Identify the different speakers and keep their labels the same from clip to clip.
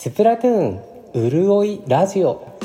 Speaker 1: スプラトゥーンうるおいラジオ。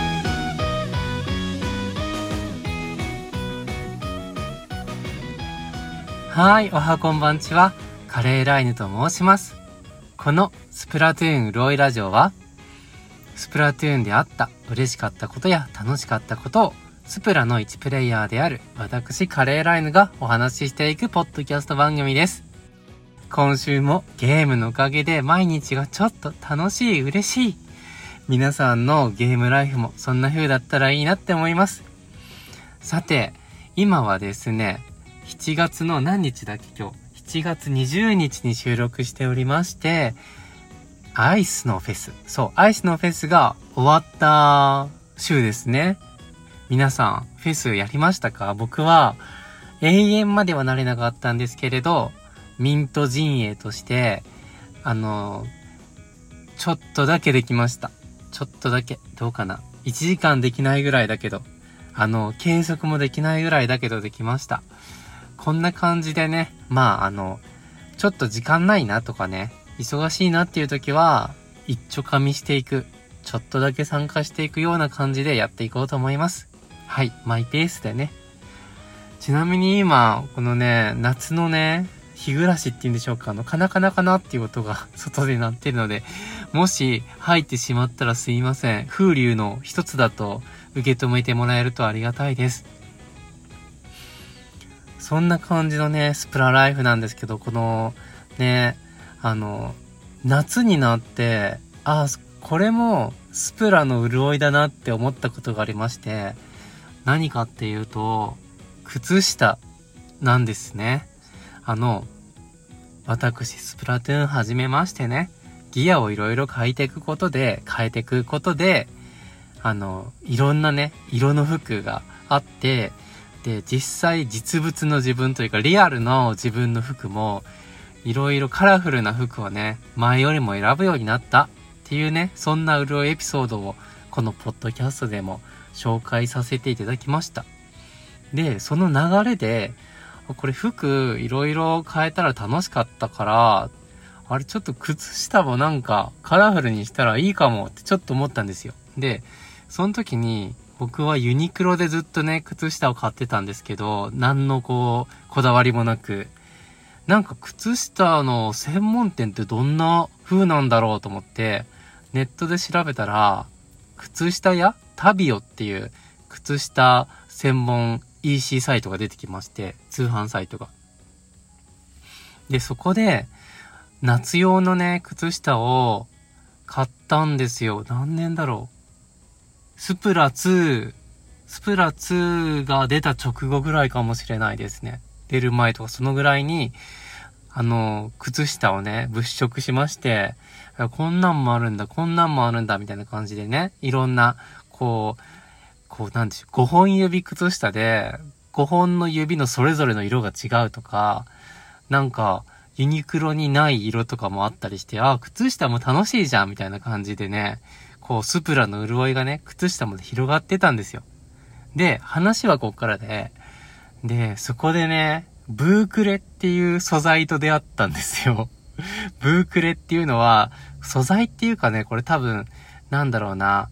Speaker 2: はい、おはこんばんちは。カレーライヌと申します。このスプラトゥーンうるおいラジオは、スプラトゥーンであった嬉しかったことや楽しかったことをスプラの1プレイヤーである私カレーライヌがお話ししていくポッドキャスト番組です。今週もゲームのおかげで毎日がちょっと楽しい、嬉しい。皆さんのゲームライフもそんな風だったらいいなって思います。さて、今はですね、7月の何日だっけ今日。7月20日に収録しておりまして、アイスのフェスが終わった週ですね。皆さん、フェスやりましたか？僕は永遠まではなれなかったんですけれど、ミント陣営として、ちょっとだけできました。ちょっとだけ。どうかな？ 1 時間できないぐらいだけど、計測もできないぐらいだけどできました。こんな感じでね、ちょっと時間ないなとかね、忙しいなっていう時は、一丁噛みしていく、ちょっとだけ参加していくような感じでやっていこうと思います。はい、マイペースでね。ちなみに今、このね、夏のね、日暮らしっていうんでしょうか、カナカナカナっていう音が外で鳴ってるので、もし入ってしまったらすいません。風流の一つだと受け止めてもらえるとありがたいです。そんな感じのね、スプラライフなんですけど、このね、夏になって、これもスプラの潤いだなって思ったことがありまして、何かっていうと、靴下なんですね。私、スプラトゥーン始めましてね、ギアをいろいろ変えていくことで、いろんなね、色の服があって、で、実際実物の自分というか、リアルの自分の服も、いろいろカラフルな服をね、前よりも選ぶようになったっていうね、そんな潤いエピソードを、このポッドキャストでも紹介させていただきました。で、その流れで、これ服いろいろ変えたら楽しかったから、あれちょっと靴下もなんかカラフルにしたらいいかもってちょっと思ったんですよ。で、その時に僕はユニクロでずっとね、靴下を買ってたんですけど、何のこだわりもなく、なんか靴下の専門店ってどんな風なんだろうと思って、ネットで調べたら、靴下屋タビオっていう靴下専門EC サイトが出てきまして、通販サイトが。で、そこで、夏用のね、靴下を買ったんですよ。何年だろう。スプラ2が出た直後ぐらいかもしれないですね。出る前とかそのぐらいに、靴下をね、物色しまして、こんなんもあるんだ、みたいな感じでね、いろんな、なんでしょう、5本指靴下で、5本の指のそれぞれの色が違うとか、なんか、ユニクロにない色とかもあったりして、靴下も楽しいじゃん、みたいな感じでね、スプラの潤いがね、靴下まで広がってたんですよ。で、話はこっからで、そこでね、ブークレっていう素材と出会ったんですよ。ブークレっていうのは、素材っていうかね、これ多分、なんだろうな、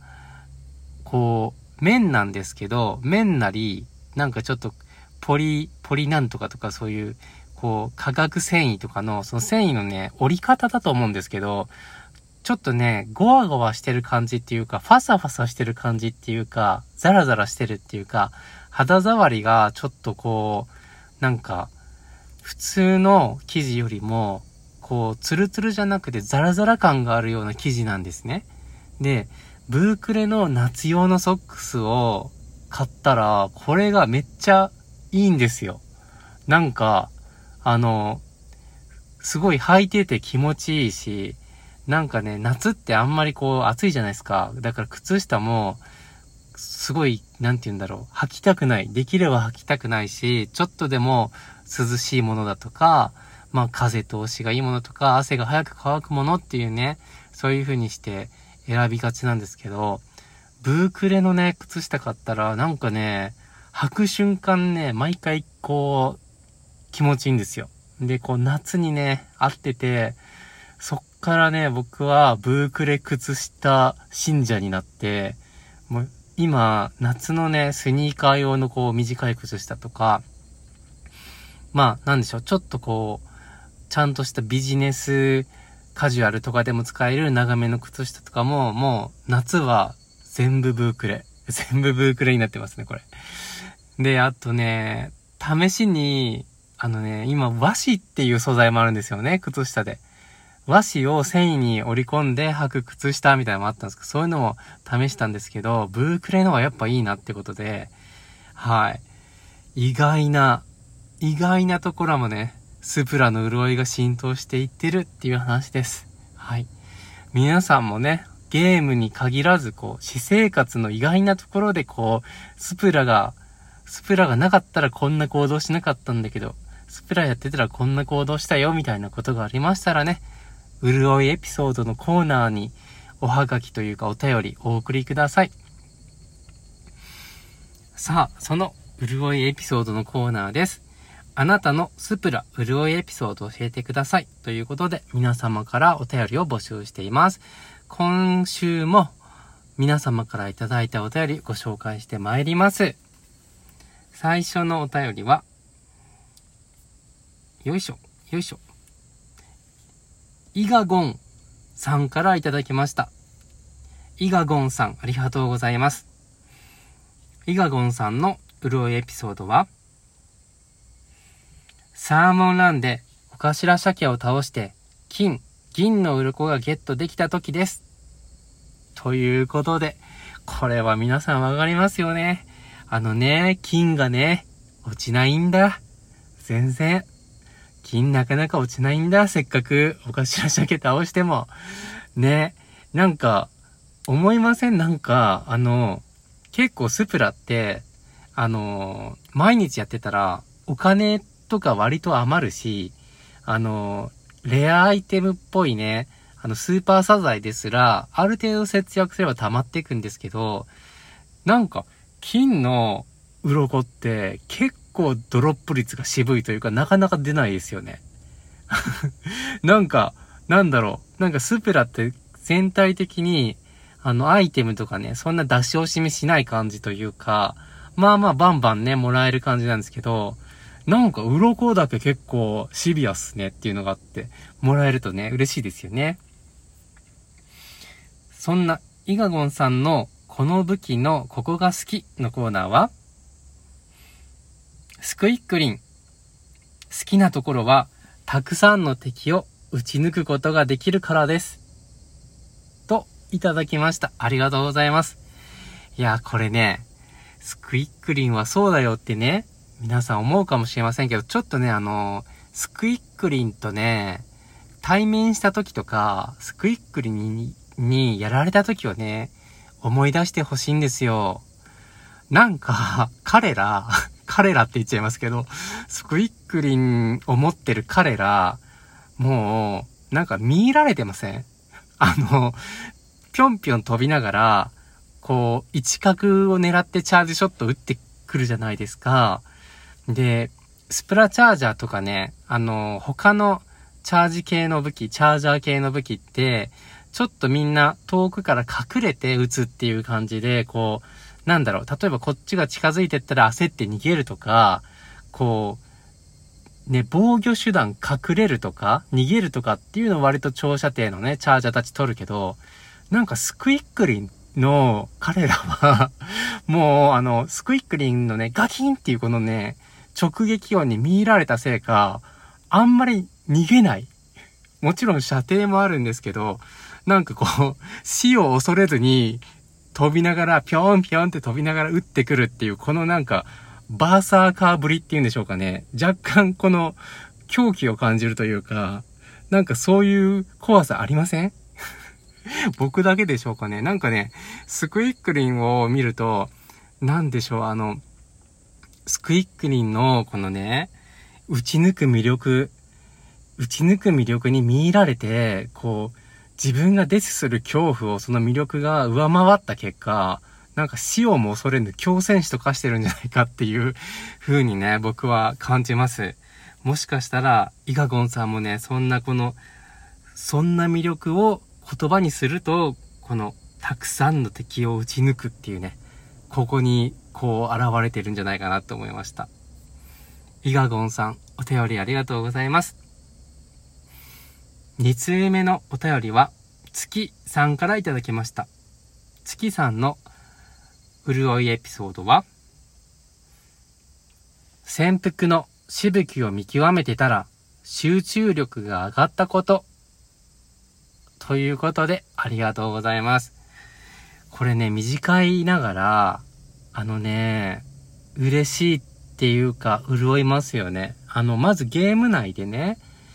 Speaker 2: 綿なんですけど、綿なり、なんかちょっと、ポリなんとかとかそういう、化学繊維とかの、その繊維のね、折り方だと思うんですけど、ちょっとね、ゴワゴワしてる感じっていうか、ファサファサしてる感じっていうか、ザラザラしてるっていうか、肌触りがちょっとなんか、普通の生地よりも、ツルツルじゃなくてザラザラ感があるような生地なんですね。で、ブークレの夏用のソックスを買ったら、これがめっちゃいいんですよ。なんか、すごい履いてて気持ちいいし、なんかね、夏ってあんまり暑いじゃないですか。だから靴下も、すごい、なんて言うんだろう。履きたくない。できれば履きたくないし、ちょっとでも涼しいものだとか、風通しがいいものとか、汗が早く乾くものっていうね、そういう風にして選びがちなんですけど、ブークレのね、靴下買ったら、なんかね、履く瞬間ね、毎回気持ちいいんですよ。で、夏にね、合ってて、そっからね、僕はブークレ靴下信者になって、もう今、夏のね、スニーカー用のこう短い靴下とか、まあ、なんでしょう、ちょっとこう、ちゃんとしたビジネスカジュアルとかでも使える長めの靴下とかも、もう夏は全部ブークレ。全部ブークレになってますね、これ。で、あとね、試しに、今和紙っていう素材もあるんですよね、靴下で。和紙を繊維に織り込んで履く靴下みたいなのもあったんですけど、そういうのも試したんですけど、ブークレのはやっぱいいなってことで、はい。意外なところもね、スプラの潤いが浸透していってるっていう話です。はい。皆さんもね、ゲームに限らず、こう、私生活の意外なところで、こう、スプラがなかったらこんな行動しなかったんだけど、スプラやってたらこんな行動したよ、みたいなことがありましたらね、潤いエピソードのコーナーにおはがきというかお便りお送りください。さあ、その潤いエピソードのコーナーです。あなたのスプラ潤いエピソードを教えてください。ということで、皆様からお便りを募集しています。今週も皆様からいただいたお便りご紹介してまいります。最初のお便りは、よいしょ。イガゴンさんからいただきました。イガゴンさん、ありがとうございます。イガゴンさんの潤いエピソードは、サーモンランでオカシラ鮭を倒して銀の鱗がゲットできた時です。ということで、これは皆さんわかりますよね。金がね、落ちないんだ。全然。金なかなか落ちないんだ。せっかくオカシラ鮭倒しても。ね。なんか、思いません？なんか、結構スプラって、毎日やってたら、お金とか割と余るし、レアアイテムっぽいね、スーパーサザエですら、ある程度節約すれば溜まっていくんですけど、なんか、金の鱗って結構ドロップ率が渋いというか、なかなか出ないですよね。なんかスプラって全体的に、アイテムとかね、そんな出し惜しみしない感じというか、まあまあバンバンね、もらえる感じなんですけど、なんか鱗だけ結構シビアっすねっていうのがあって、もらえるとね、嬉しいですよね。そんなイガゴンさんのこの武器のここが好きのコーナーは、スクイックリン。好きなところは、たくさんの敵を撃ち抜くことができるからです。と、いただきました。ありがとうございます。いや、これね、スクイックリンはそうだよってね、皆さん思うかもしれませんけど、ちょっとね、スクイックリンとね、対面した時とか、スクイックリンにやられた時をね、思い出してほしいんですよ。なんか、彼らって言っちゃいますけど、スクイックリンを持ってる彼ら、もう、なんか見入られてません？ぴょんぴょん飛びながら、こう、一角を狙ってチャージショット打ってくるじゃないですか。で、スプラチャージャーとかね、他のチャージ系の武器、チャージャー系の武器って、ちょっとみんな遠くから隠れて撃つっていう感じで、こう、例えばこっちが近づいてったら焦って逃げるとか、こう、ね、防御手段隠れるとか、逃げるとかっていうのを割と長射程のね、チャージャーたち取るけど、なんかスクイックリンの彼らは、もうスクイックリンのね、ガキンっていうこのね、直撃音に見入られたせいか、あんまり逃げない。もちろん射程もあるんですけど、なんかこう、死を恐れずに、飛びながら、ぴょんぴょんって飛びながら撃ってくるっていう、このなんか、バーサーカーぶりっていうんでしょうかね。若干この、狂気を感じるというか、なんかそういう怖さありません？僕だけでしょうかね。なんかね、スクイックリンを見ると、なんでしょう、スクイックリンのこのね、打ち抜く魅力に見入られて、こう、自分がデスする恐怖をその魅力が上回った結果、なんか死をも恐れぬ強戦士と化してるんじゃないかっていう風にね、僕は感じます。もしかしたら、イガゴンさんもね、そんなこの、 そんな魅力を言葉にすると、このたくさんの敵を撃ち抜くっていうね、ここにこう現れてるんじゃないかなと思いました。イガゴンさん、お便りありがとうございます。2通目のお便りは月さんからいただきました。月さんの潤いエピソードは、潜伏のしぶきを見極めてたら集中力が上がったことということで、ありがとうございます。これね、短いながら嬉しいっていうか潤いますよね。まずゲーム内でね、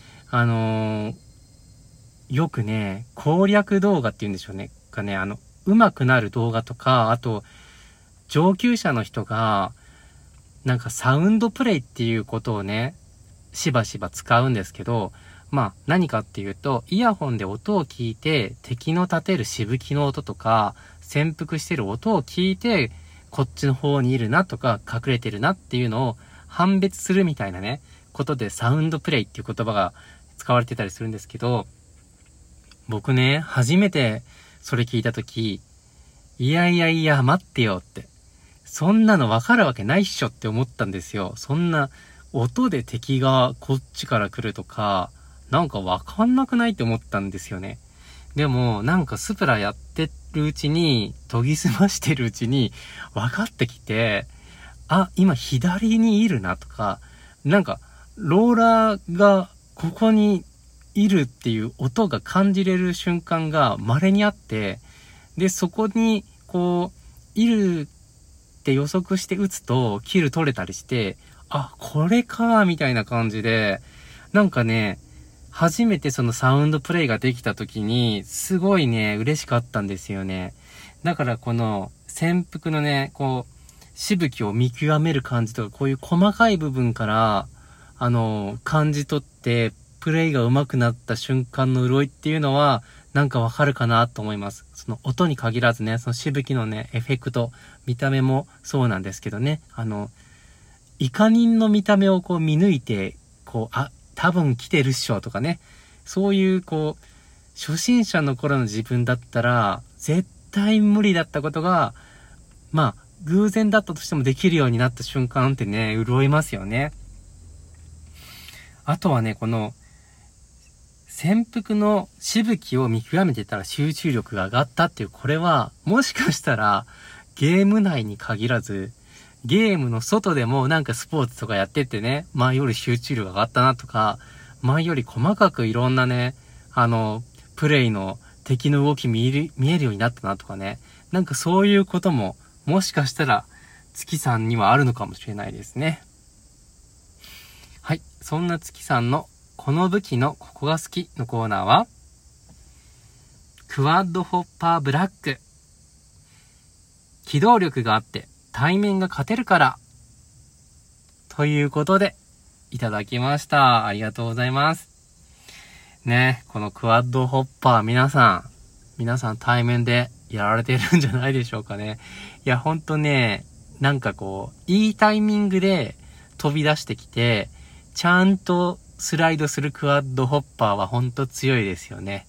Speaker 2: よくね、攻略動画っていうんでしょうね。上手くなる動画とか、あと、上級者の人が、なんかサウンドプレイっていうことをね、しばしば使うんですけど、何かっていうと、イヤホンで音を聞いて、敵の立てるしぶきの音とか、潜伏してる音を聞いて、こっちの方にいるなとか、隠れてるなっていうのを判別するみたいなね、ことでサウンドプレイっていう言葉が使われてたりするんですけど、僕ね、初めてそれ聞いたとき、いや、待ってよって。そんなのわかるわけないっしょって思ったんですよ。そんな音で敵がこっちから来るとか、なんかわかんなくないって思ったんですよね。でも、なんかスプラやってるうちに、研ぎ澄ましてるうちに分かってきて、今左にいるなとか、なんか、ローラーがここにいるっていう音が感じれる瞬間が稀にあって、で、そこに、いるって予測して撃つと、キル取れたりして、これかみたいな感じで、なんかね、初めてそのサウンドプレイができた時に、すごいね、嬉しかったんですよね。だからこの、潜伏のね、しぶきを見極める感じとか、こういう細かい部分から、感じ取って、プレイが上手くなった瞬間の潤いっていうのは、なんかわかるかなと思います。その音に限らずね、そのしぶきのね、エフェクト、見た目もそうなんですけどね、イカ人の見た目を見抜いて、多分来てるっしょとかね、そういう初心者の頃の自分だったら、絶対無理だったことが、偶然だったとしてもできるようになった瞬間ってね、潤いますよね。あとはね、この、潜伏のしぶきを見極めてたら集中力が上がったっていう、これは、もしかしたら、ゲーム内に限らず、ゲームの外でもなんかスポーツとかやっててね、前より集中力が上がったなとか、前より細かくいろんなね、プレイの敵の動き見えるようになったなとかね、なんかそういうことも、もしかしたら、月さんにはあるのかもしれないですね。はい。そんな月さんの、この武器のここが好きのコーナーは、クワッドホッパーブラック。機動力があって、対面が勝てるから。ということで、いただきました。ありがとうございます。ね、このクワッドホッパー皆さん対面でやられてるんじゃないでしょうかね。いや、ほんとね、なんかいいタイミングで飛び出してきて、ちゃんとスライドするクワッドホッパーはほんと強いですよね。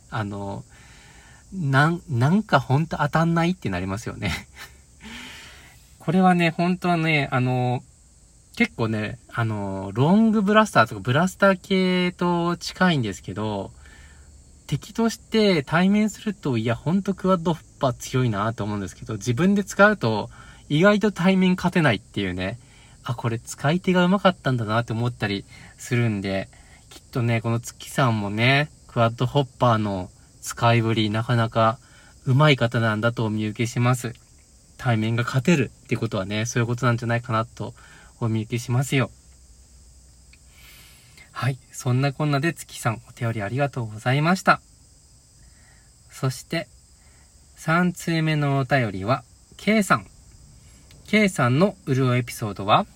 Speaker 2: なんかほんと当たんないってなりますよね。これはね、本当はね、結構ね、ロングブラスターとかブラスター系と近いんですけど、敵として対面すると、いや、ほんとクワッドホッパー強いなと思うんですけど、自分で使うと意外と対面勝てないっていうね、これ使い手が上手かったんだなって思ったりするんで、きっとね、この月さんもね、クワッドホッパーの使いぶり、なかなか上手い方なんだとお見受けします。対面が勝てるってことはね、そういうことなんじゃないかなとお見受けしますよ。はい。そんなこんなで月さんお便りありがとうございました。そして、3通目のお便りは、K さん。K さんの潤いエピソードは、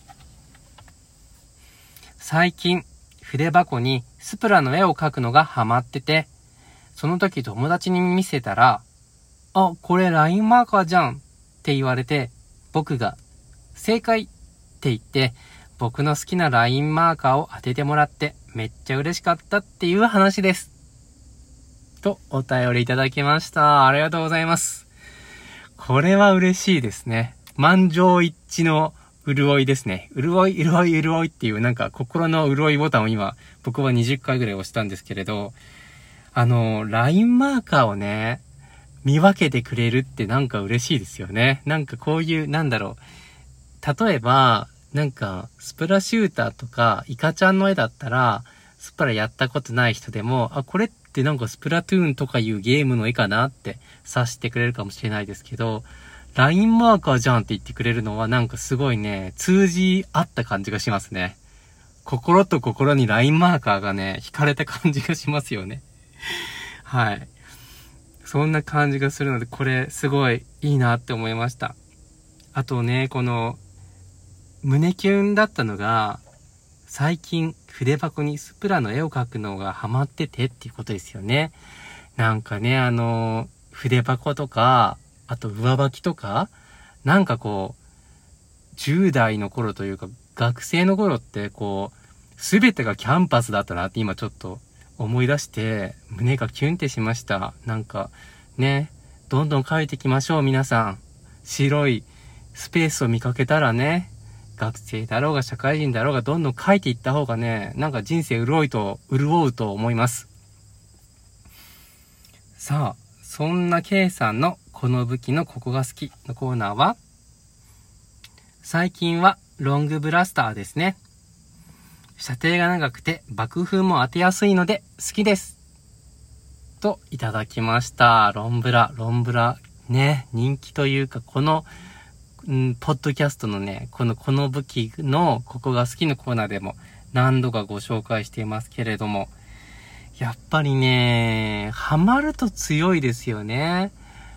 Speaker 2: 最近、筆箱にスプラの絵を描くのがハマってて、その時友達に見せたら、これラインマーカーじゃんって言われて、僕が正解って言って、僕の好きなラインマーカーを当ててもらってめっちゃ嬉しかったっていう話です。 とお便りいただきました。ありがとうございます。これは嬉しいですね。満場一致の潤いですね。潤いっていうなんか心の潤いボタンを今僕は20回ぐらい押したんですけれど、LINE マーカーをね、見分けてくれるってなんか嬉しいですよね。なんかこういう、例えば、なんか、スプラシューターとか、イカちゃんの絵だったら、スプラやったことない人でも、これってなんかスプラトゥーンとかいうゲームの絵かなって察してくれるかもしれないですけど、LINE マーカーじゃんって言ってくれるのはなんかすごいね、通じ合った感じがしますね。心と心に LINE マーカーがね、惹かれた感じがしますよね。はい。そんな感じがするので、これすごいいいなって思いました。あとね、この、胸キュンだったのが、最近筆箱にスプラの絵を描くのがハマっててっていうことですよね。なんかね、筆箱とか、あと上履きとか、なんかこう、10代の頃というか、学生の頃ってこう、すべてがキャンパスだったなって今ちょっと思い出して、胸がキュンってしました。なんか、ね、どんどん描いていきましょう皆さん。白いスペースを見かけたらね、学生だろうが社会人だろうがどんどん書いていった方がね、なんか人生潤うと思います。さあ、そんな K さんのこの武器のここが好きのコーナーは、最近はロングブラスターですね。射程が長くて爆風も当てやすいので好きです。といただきました。ロンブラね、人気というかこのポッドキャストのね、この武器のここが好きのコーナーでも何度かご紹介していますけれども、やっぱりね、ハマると強いですよね。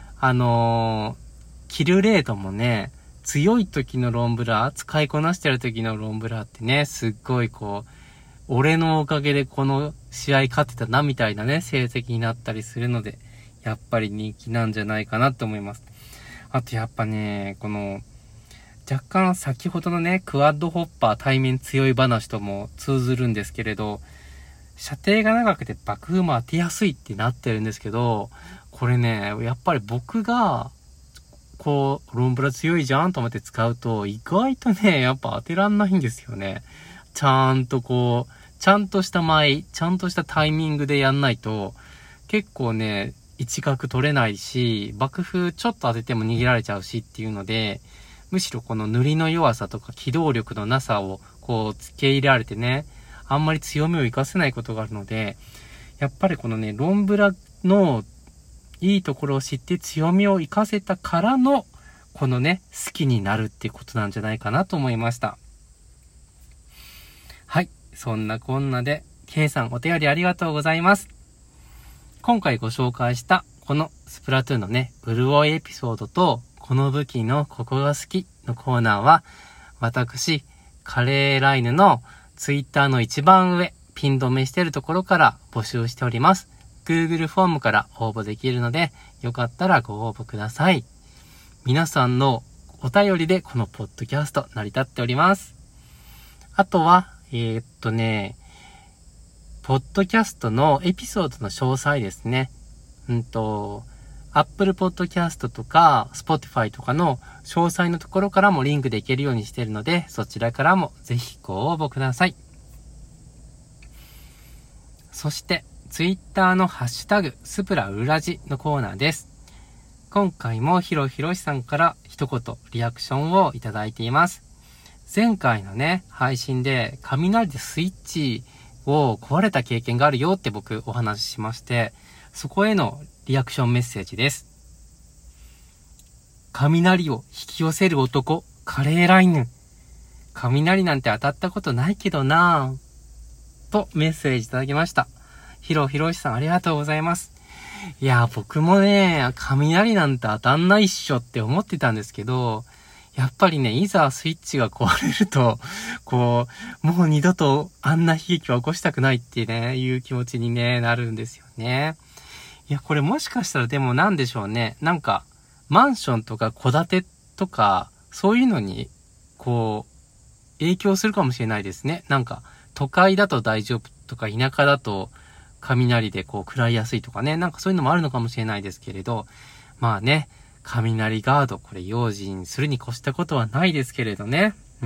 Speaker 2: キルレートもね、強い時のロンブラ、使いこなしてる時のロンブラってね、すっごいこう、俺のおかげでこの試合勝ってたなみたいなね、成績になったりするので、やっぱり人気なんじゃないかなと思います。あとやっぱね、この、若干先ほどのね、クワッドホッパー対面強い話とも通ずるんですけれど、射程が長くて爆風も当てやすいってなってるんですけど、これね、やっぱり僕が、こう、ロンブラ強いじゃんと思って使うと、意外とね、やっぱ当てらんないんですよね。ちゃんとした舞、ちゃんとしたタイミングでやんないと、結構ね、一角取れないし、爆風ちょっと当てても逃げられちゃうしっていうので、むしろこの塗りの弱さとか機動力のなさをこう付け入れられてね、あんまり強みを活かせないことがあるので、やっぱりこのね、ロンブラのいいところを知って強みを活かせたからの、このね、好きになるっていうことなんじゃないかなと思いました。はい。そんなこんなで、K さんお便りありがとうございます。今回ご紹介したこのスプラトゥーンのね、潤いエピソードとこの武器のここが好きのコーナーは、私、カレーライヌのツイッターの一番上、ピン止めしてるところから募集しております。Google フォームから応募できるので、よかったらご応募ください。皆さんのお便りでこのポッドキャスト成り立っております。あとは、ポッドキャストのエピソードの詳細ですね。Apple Podcast とか Spotify とかの詳細のところからもリンクできるようにしているので、そちらからもぜひご応募ください。そして、Twitter のハッシュタグ、スプラウラジのコーナーです。今回もひろしさんから一言リアクションをいただいています。前回のね、配信で雷でスイッチを壊れた経験があるよって僕お話ししまして、そこへのリアクションメッセージです。雷を引き寄せる男、カレーライヌ。雷なんて当たったことないけどなぁ。とメッセージいただきました。ひろしさんありがとうございます。いや、僕もね、雷なんて当たんないっしょって思ってたんですけど、やっぱりね、いざスイッチが壊れると、こう、もう二度とあんな悲劇は起こしたくないってね、いう気持ちにね、なるんですよね。いや、これもしかしたらでもなんでしょうね。なんか、マンションとか戸建てとか、そういうのに、こう、影響するかもしれないですね。なんか、都会だと大丈夫とか、田舎だと、 雷でこう食らいやすいとかね、なんかそういうのもあるのかもしれないですけれど、まあね、雷ガード、これ用心するに越したことはないですけれどね。うん。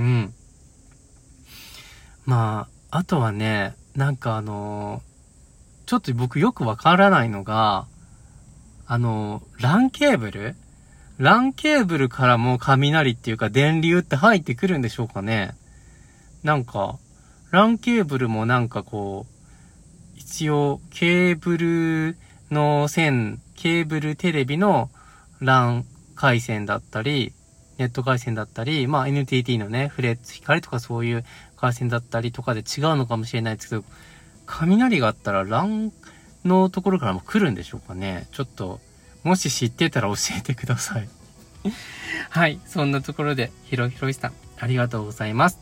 Speaker 2: まあ、あとはね、なんかちょっと僕よくわからないのが、LAN ケーブルからも雷っていうか電流って入ってくるんでしょうかね。なんか、LAN ケーブルもなんかこう、一応ケーブルの線、ケーブルテレビの LAN 回線だったり、ネット回線だったり、まあ NTT のね、フレッツ光とかそういう回線だったりとかで違うのかもしれないですけど、雷があったら LAN のところからも来るんでしょうかね。ちょっと、もし知ってたら教えてください。はい、そんなところで、ひろさん、ありがとうございます。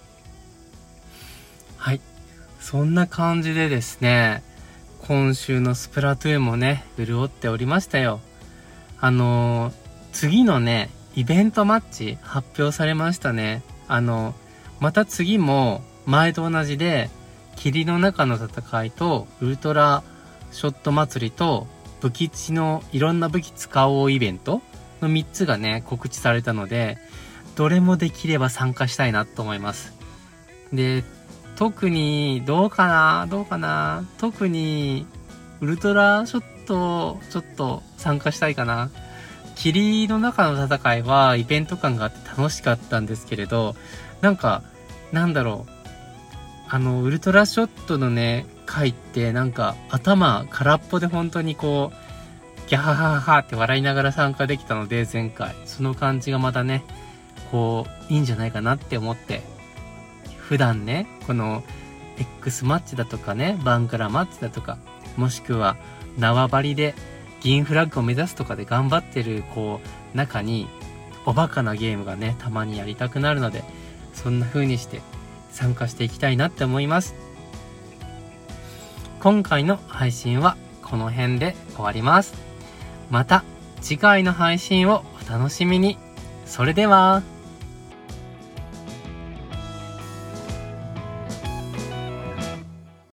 Speaker 2: はい、そんな感じでですね、今週のスプラトゥーンもね、潤っておりましたよ。次のね、イベントマッチ発表されましたね。また次も前と同じで、霧の中の戦いとウルトラショット祭りと武器値のいろんな武器使おうイベントの3つがね、告知されたので、どれもできれば参加したいなと思います。で、特に、どうかな特に、ウルトラショット、ちょっと参加したいかな。霧の中の戦いはイベント感があって楽しかったんですけれど、なんか、なんだろう。ウルトラショットのね、回ってなんか頭空っぽで本当にこう、ギャハハハって笑いながら参加できたので、前回。その感じがまたね、こう、いいんじゃないかなって思って、普段ね、この X マッチだとかね、バンクラマッチだとか、もしくは縄張りで銀フラッグを目指すとかで頑張ってるこう中におバカなゲームがね、たまにやりたくなるので、そんな風にして参加していきたいなって思います。今回の配信はこの辺で終わります。また次回の配信をお楽しみに。それでは。